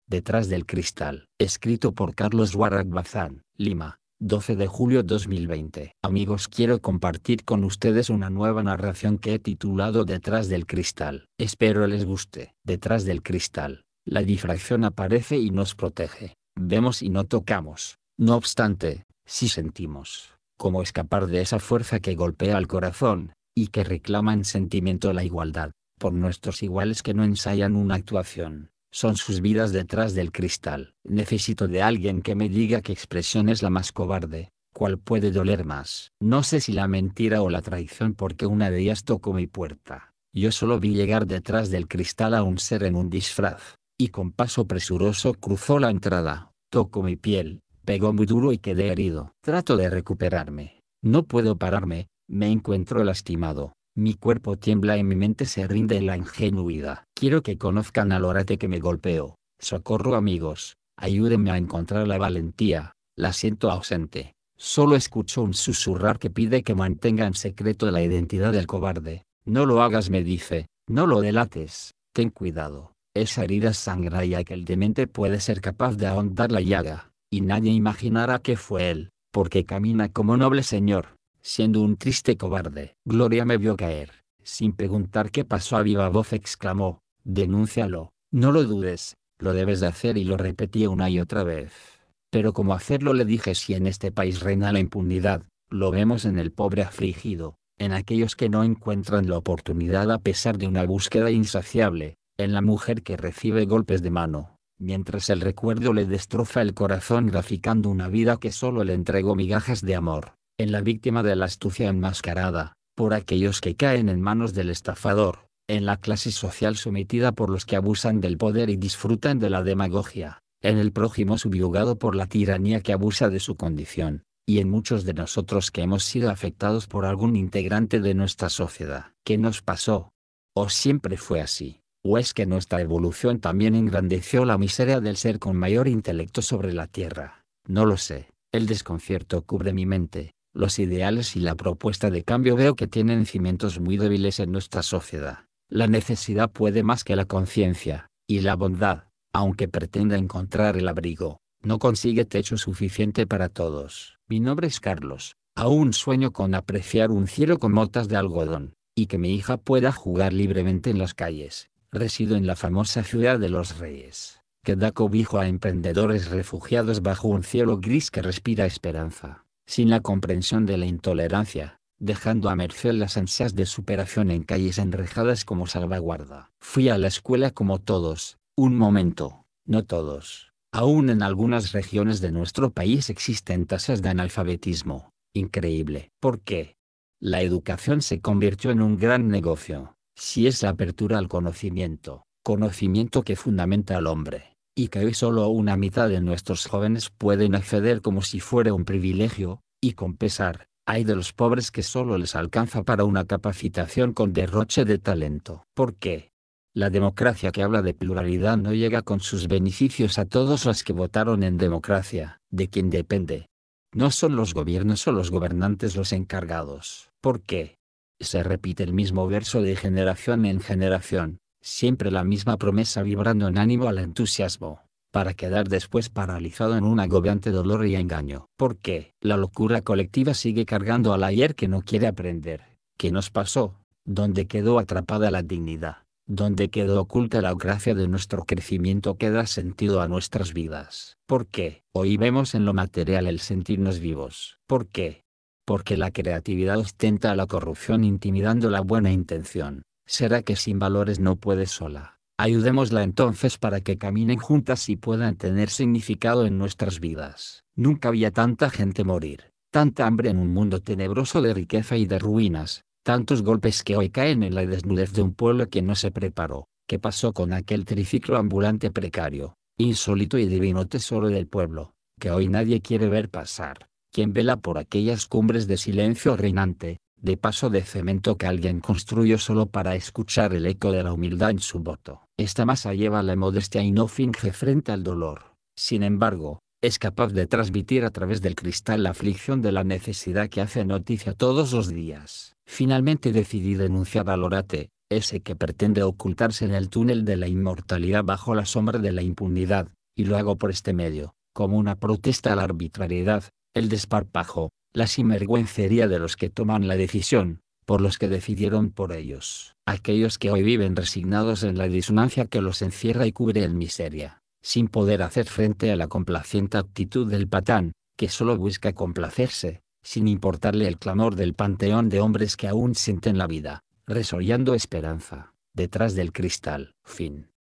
Detrás del cristal. Escrito por Carlos Warrack Bazán, Lima, 12 de julio 2020. Amigos, quiero compartir con ustedes una nueva narración que he titulado Detrás del cristal. Espero les guste. Detrás del cristal, la difracción aparece y nos protege. Vemos y no tocamos. No obstante, sí sentimos. Cómo escapar de esa fuerza que golpea al corazón, y que reclama en sentimiento la igualdad, por nuestros iguales que no ensayan una actuación. Son sus vidas detrás del cristal. Necesito de alguien que me diga qué expresión es la más cobarde, cuál puede doler más. No sé si la mentira o la traición, porque una de ellas tocó mi puerta. Yo solo vi llegar detrás del cristal a un ser en un disfraz, y con paso presuroso cruzó la entrada, tocó mi piel, pegó muy duro y quedé herido. Trato de recuperarme. No puedo pararme, me encuentro lastimado. Mi cuerpo tiembla y mi mente se rinde en la ingenuidad. Quiero que conozcan al orate que me golpeó. Socorro, amigos, ayúdenme a encontrar la valentía. La siento ausente. Solo escucho un susurrar que pide que mantenga en secreto la identidad del cobarde. No lo hagas, me dice, no lo delates, ten cuidado. Esa herida sangra y aquel demente puede ser capaz de ahondar la llaga, y nadie imaginará que fue él, porque camina como noble señor, siendo un triste cobarde. Gloria me vio caer. Sin preguntar qué pasó, a viva voz exclamó: denúncialo, no lo dudes, lo debes de hacer. Y lo repetí una y otra vez. Pero ¿cómo hacerlo?, le dije. Si en este país reina la impunidad, lo vemos en el pobre afligido, en aquellos que no encuentran la oportunidad a pesar de una búsqueda insaciable, en la mujer que recibe golpes de mano, mientras el recuerdo le destroza el corazón graficando una vida que solo le entregó migajas de amor, en la víctima de la astucia enmascarada, por aquellos que caen en manos del estafador, en la clase social sometida por los que abusan del poder y disfrutan de la demagogia, en el prójimo subyugado por la tiranía que abusa de su condición, y en muchos de nosotros que hemos sido afectados por algún integrante de nuestra sociedad. ¿Qué nos pasó? ¿O siempre fue así? ¿O es que nuestra evolución también engrandeció la miseria del ser con mayor intelecto sobre la tierra? No lo sé. El desconcierto cubre mi mente. Los ideales y la propuesta de cambio veo que tienen cimientos muy débiles en nuestra sociedad. La necesidad puede más que la conciencia, y la bondad, aunque pretenda encontrar el abrigo, no consigue techo suficiente para todos. Mi nombre es Carlos. Aún sueño con apreciar un cielo con motas de algodón, y que mi hija pueda jugar libremente en las calles. Resido en la famosa ciudad de los Reyes, que da cobijo a emprendedores refugiados bajo un cielo gris que respira esperanza, sin la comprensión de la intolerancia, dejando a merced las ansias de superación en calles enrejadas como salvaguarda. Fui a la escuela como todos, un momento, no todos. Aún en algunas regiones de nuestro país existen tasas de analfabetismo. Increíble. ¿Por qué? La educación se convirtió en un gran negocio. Si es la apertura al conocimiento, conocimiento que fundamenta al hombre, y que hoy solo una mitad de nuestros jóvenes pueden acceder como si fuera un privilegio, y con pesar, hay de los pobres que solo les alcanza para una capacitación con derroche de talento. ¿Por qué? La democracia que habla de pluralidad no llega con sus beneficios a todos los que votaron en democracia. ¿De quién depende? No son los gobiernos o los gobernantes los encargados. ¿Por qué? Se repite el mismo verso de generación en generación, siempre la misma promesa vibrando en ánimo al entusiasmo, para quedar después paralizado en un agobiante dolor y engaño. ¿Por qué? La locura colectiva sigue cargando al ayer que no quiere aprender. ¿Qué nos pasó? ¿Dónde quedó atrapada la dignidad? ¿Dónde quedó oculta la gracia de nuestro crecimiento que da sentido a nuestras vidas? ¿Por qué? Hoy vemos en lo material el sentirnos vivos. ¿Por qué? Porque la creatividad ostenta la corrupción intimidando la buena intención. ¿Será que sin valores no puede sola? Ayudémosla entonces para que caminen juntas y puedan tener significado en nuestras vidas. Nunca había tanta gente morir, tanta hambre en un mundo tenebroso de riqueza y de ruinas. Tantos golpes que hoy caen en la desnudez de un pueblo que no se preparó. ¿Qué pasó con aquel triciclo ambulante precario, insólito y divino tesoro del pueblo, que hoy nadie quiere ver pasar? ¿Quién vela por aquellas cumbres de silencio reinante, de paso de cemento que alguien construyó solo para escuchar el eco de la humildad en su voto? Esta masa lleva la modestia y no finge frente al dolor. Sin embargo, es capaz de transmitir a través del cristal la aflicción de la necesidad que hace noticia todos los días. Finalmente decidí denunciar al orate, ese que pretende ocultarse en el túnel de la inmortalidad bajo la sombra de la impunidad, y lo hago por este medio, como una protesta a la arbitrariedad, el desparpajo, la sinvergüencería de los que toman la decisión, por los que decidieron por ellos. Aquellos que hoy viven resignados en la disonancia que los encierra y cubre en miseria, sin poder hacer frente a la complaciente actitud del patán, que solo busca complacerse, sin importarle el clamor del panteón de hombres que aún sienten la vida, resollando esperanza, detrás del cristal. Fin.